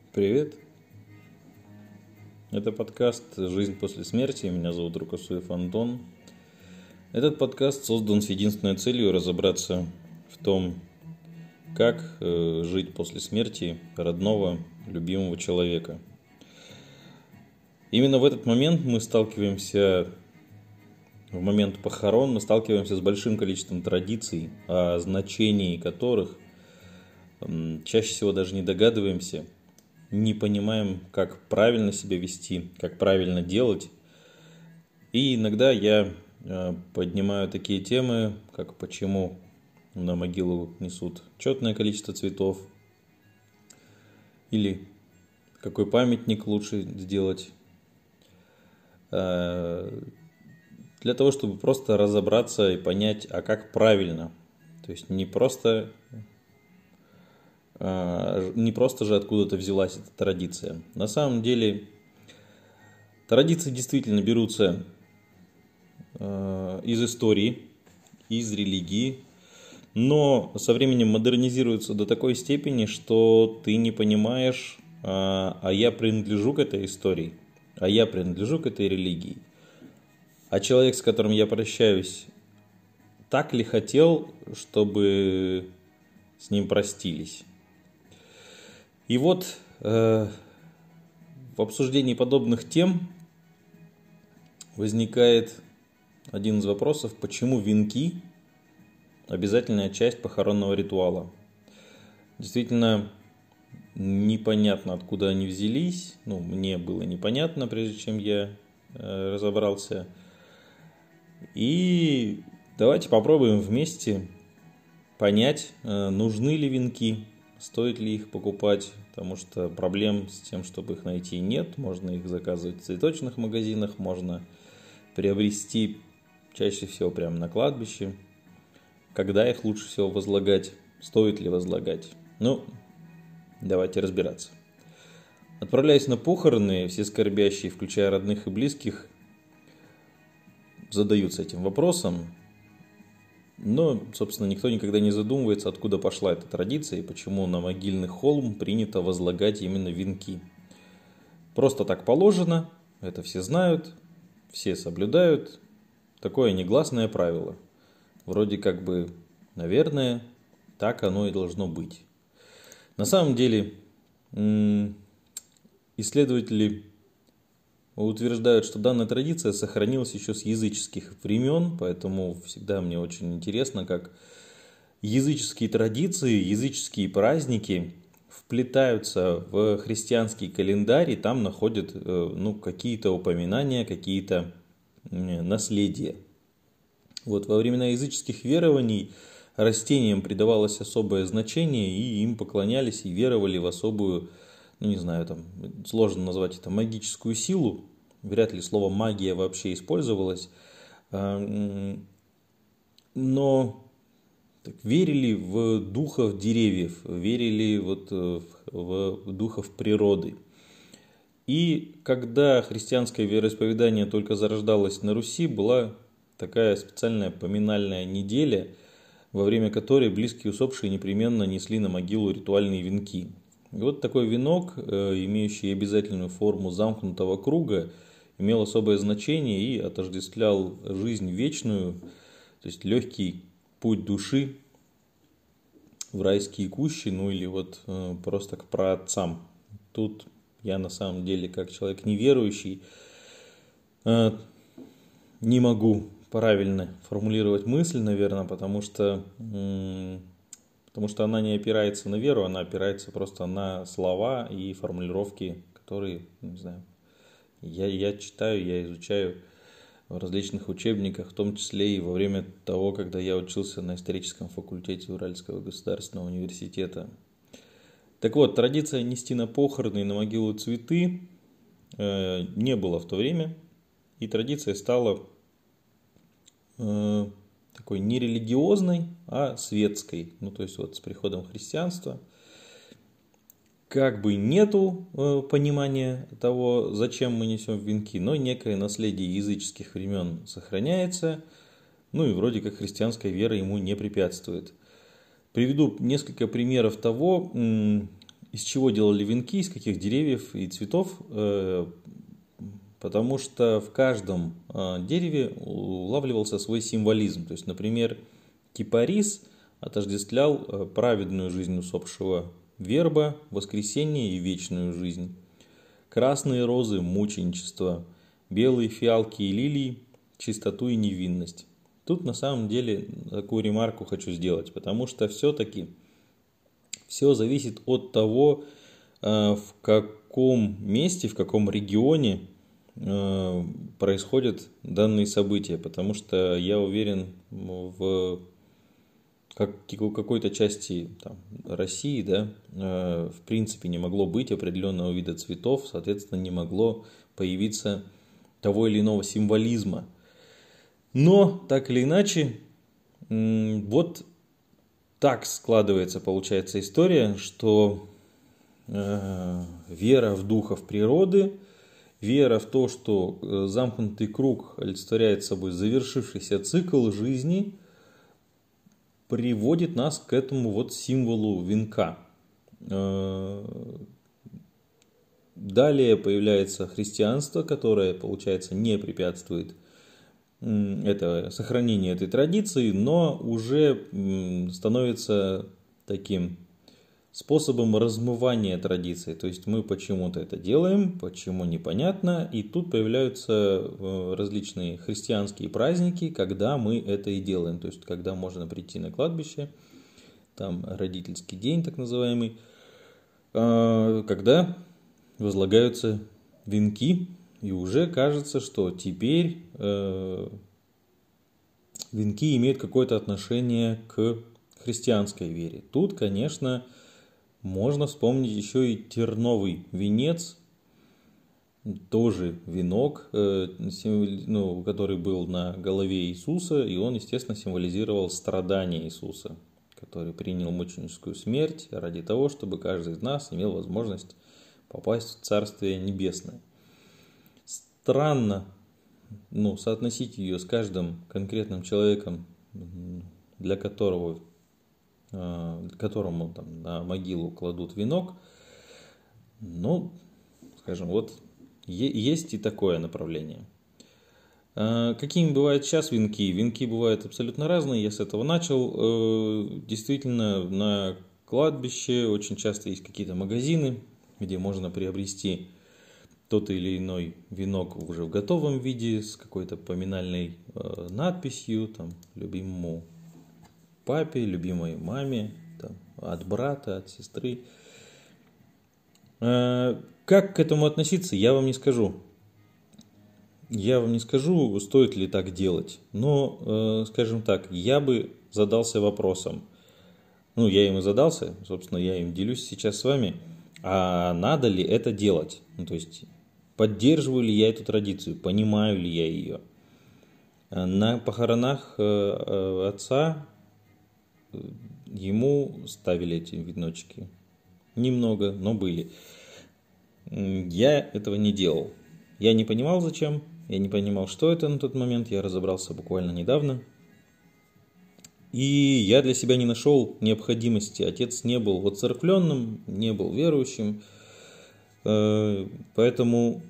Привет! Это подкаст «Жизнь после смерти». Меня зовут Рукосуев Антон. Этот подкаст создан с единственной целью разобраться в том, как жить после смерти родного, любимого человека. Именно в этот момент в момент похорон, мы сталкиваемся с большим количеством традиций, о значении которых чаще всего даже не догадываемся, не понимаем, как правильно себя вести, как правильно делать. И иногда я поднимаю такие темы, как почему на могилу несут четное количество цветов, или какой памятник лучше сделать, для того, чтобы просто разобраться и понять, а как правильно. То есть не просто же откуда-то взялась эта традиция. На самом деле традиции действительно берутся из истории, из религии, но со временем модернизируются до такой степени, что ты не понимаешь, а я принадлежу к этой истории, а я принадлежу к этой религии. А человек, с которым я прощаюсь, так ли хотел, чтобы с ним простились? И вот в обсуждении подобных тем возникает один из вопросов, почему венки – обязательная часть похоронного ритуала. Действительно, непонятно, откуда они взялись. Мне было непонятно, прежде чем я разобрался. И давайте попробуем вместе понять, нужны ли венки, стоит ли их покупать, потому что проблем с тем, чтобы их найти, нет. Можно их заказывать в цветочных магазинах, можно приобрести чаще всего прямо на кладбище. Когда их лучше всего возлагать, стоит ли возлагать? Давайте разбираться. Отправляясь на похороны, все скорбящие, включая родных и близких, задаются этим вопросом. Но, собственно, никто никогда не задумывается, откуда пошла эта традиция и почему на могильный холм принято возлагать именно венки. Просто так положено, это все знают, все соблюдают. Такое негласное правило. Вроде как бы, наверное, так оно и должно быть. На самом деле, исследователи утверждают, что данная традиция сохранилась еще с языческих времен, поэтому всегда мне очень интересно, как языческие традиции, языческие праздники вплетаются в христианский календарь, и там находят какие-то упоминания, какие-то наследия. Во времена языческих верований растениям придавалось особое значение, и им поклонялись и веровали в особую, сложно назвать это магическую силу, вряд ли слово магия вообще использовалось, но верили в духов деревьев, верили в духов природы. И когда христианское вероисповедание только зарождалось на Руси, была такая специальная поминальная неделя, во время которой близкие усопшие непременно несли на могилу ритуальные венки. И такой венок, имеющий обязательную форму замкнутого круга, имел особое значение и отождествлял жизнь вечную, то есть легкий путь души в райские кущи, или просто к праотцам. Тут я на самом деле, как человек неверующий, не могу правильно формулировать мысль, наверное, потому что она не опирается на веру, она опирается просто на слова и формулировки, которые, я читаю, я изучаю в различных учебниках, в том числе и во время того, когда я учился на историческом факультете Уральского государственного университета. Так вот, традиция нести на похороны и на могилу цветы не было в то время, и традиция стала такой не религиозной, а светской. То есть с приходом христианства как бы нету понимания того, зачем мы несем венки, но некое наследие языческих времен сохраняется, и вроде как христианская вера ему не препятствует. Приведу несколько примеров того, из чего делали венки, из каких деревьев и цветов, потому что в каждом дереве улавливался свой символизм. То есть, например, кипарис отождествлял праведную жизнь усопшего, верба – воскресение и вечную жизнь, красные розы – мученичество, белые фиалки и лилии – чистоту и невинность. Тут на самом деле такую ремарку хочу сделать, потому что все-таки все зависит от того, в каком месте, в каком регионе происходят данные события, потому что я уверен, в какой-то части там, России, да, в принципе не могло быть определенного вида цветов, соответственно, не могло появиться того или иного символизма. Но, так или иначе, вот так складывается, получается, история, что вера в духов природы, вера в то, что замкнутый круг олицетворяет собой завершившийся цикл жизни, приводит нас к этому вот символу венка. Далее появляется христианство, которое, получается, не препятствует сохранению этой традиции, но уже становится таким способом размывания традиции. То есть мы почему-то это делаем, почему непонятно, и тут появляются различные христианские праздники, когда мы это и делаем. То есть когда можно прийти на кладбище, там родительский день так называемый, когда возлагаются венки, и уже кажется, что теперь венки имеют какое-то отношение к христианской вере. Тут, конечно, можно вспомнить еще и терновый венец, тоже венок, который был на голове Иисуса, и он, естественно, символизировал страдания Иисуса, который принял мученическую смерть ради того, чтобы каждый из нас имел возможность попасть в Царствие Небесное. Странно соотносить ее с каждым конкретным человеком, которому там, на могилу кладут венок. Но, скажем, вот есть и такое направление. Какими бывают сейчас венки? Венки бывают абсолютно разные. Я с этого начал. Действительно, на кладбище очень часто есть какие-то магазины, где можно приобрести тот или иной венок уже в готовом виде, с какой-то поминальной надписью, там, любимому папе, любимой маме, там, от брата, от сестры. Как к этому относиться, я вам не скажу. Я вам не скажу, стоит ли так делать. Но, скажем так, я бы задался вопросом. Я им и задался, собственно, я им делюсь сейчас с вами. А надо ли это делать? То есть, поддерживаю ли я эту традицию, понимаю ли я ее? На похоронах отца ему ставили эти веночки. Немного, но были. Я этого не делал. Я не понимал, зачем. Я не понимал, что это на тот момент. Я разобрался буквально недавно. И я для себя не нашел необходимости. Отец не был воцерквленным, не был верующим. Поэтому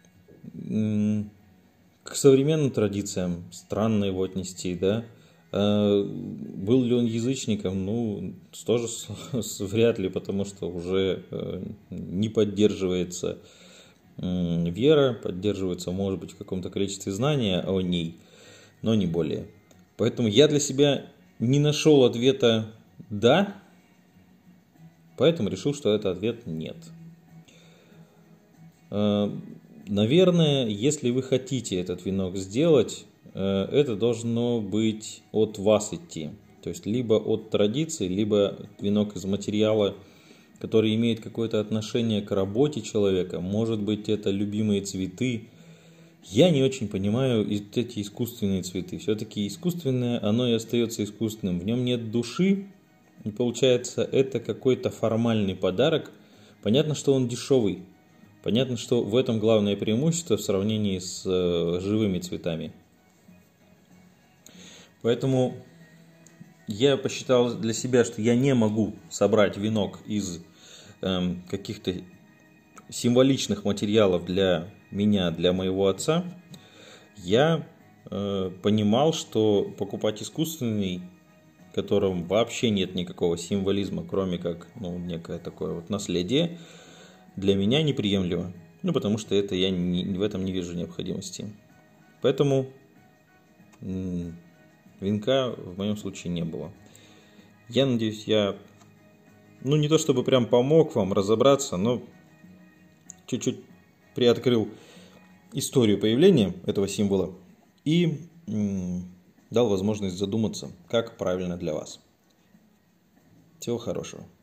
к современным традициям странно его отнести, да. Был ли он язычником? Тоже вряд ли, потому что уже не поддерживается вера, поддерживается, может быть, в каком-то количестве знания о ней, но не более. Поэтому я для себя не нашел ответа «да», поэтому решил, что это ответ «нет». Наверное, если вы хотите этот венок сделать, это должно быть от вас идти. То есть, либо от традиции, либо венок из материала, который имеет какое-то отношение к работе человека. Может быть, это любимые цветы. Я не очень понимаю эти искусственные цветы. Все-таки искусственное, оно и остается искусственным. В нем нет души. И получается, это какой-то формальный подарок. Понятно, что он дешевый. Понятно, что в этом главное преимущество в сравнении с живыми цветами. Поэтому я посчитал для себя, что я не могу собрать венок из каких-то символичных материалов для меня, для моего отца, я понимал, что покупать искусственный, в котором вообще нет никакого символизма, кроме как некое такое вот наследие, для меня неприемлемо. Потому что это я в этом не вижу необходимости. Поэтому венка в моем случае не было. Я надеюсь, я не то чтобы прям помог вам разобраться, но чуть-чуть приоткрыл историю появления этого символа и дал возможность задуматься, как правильно для вас. Всего хорошего.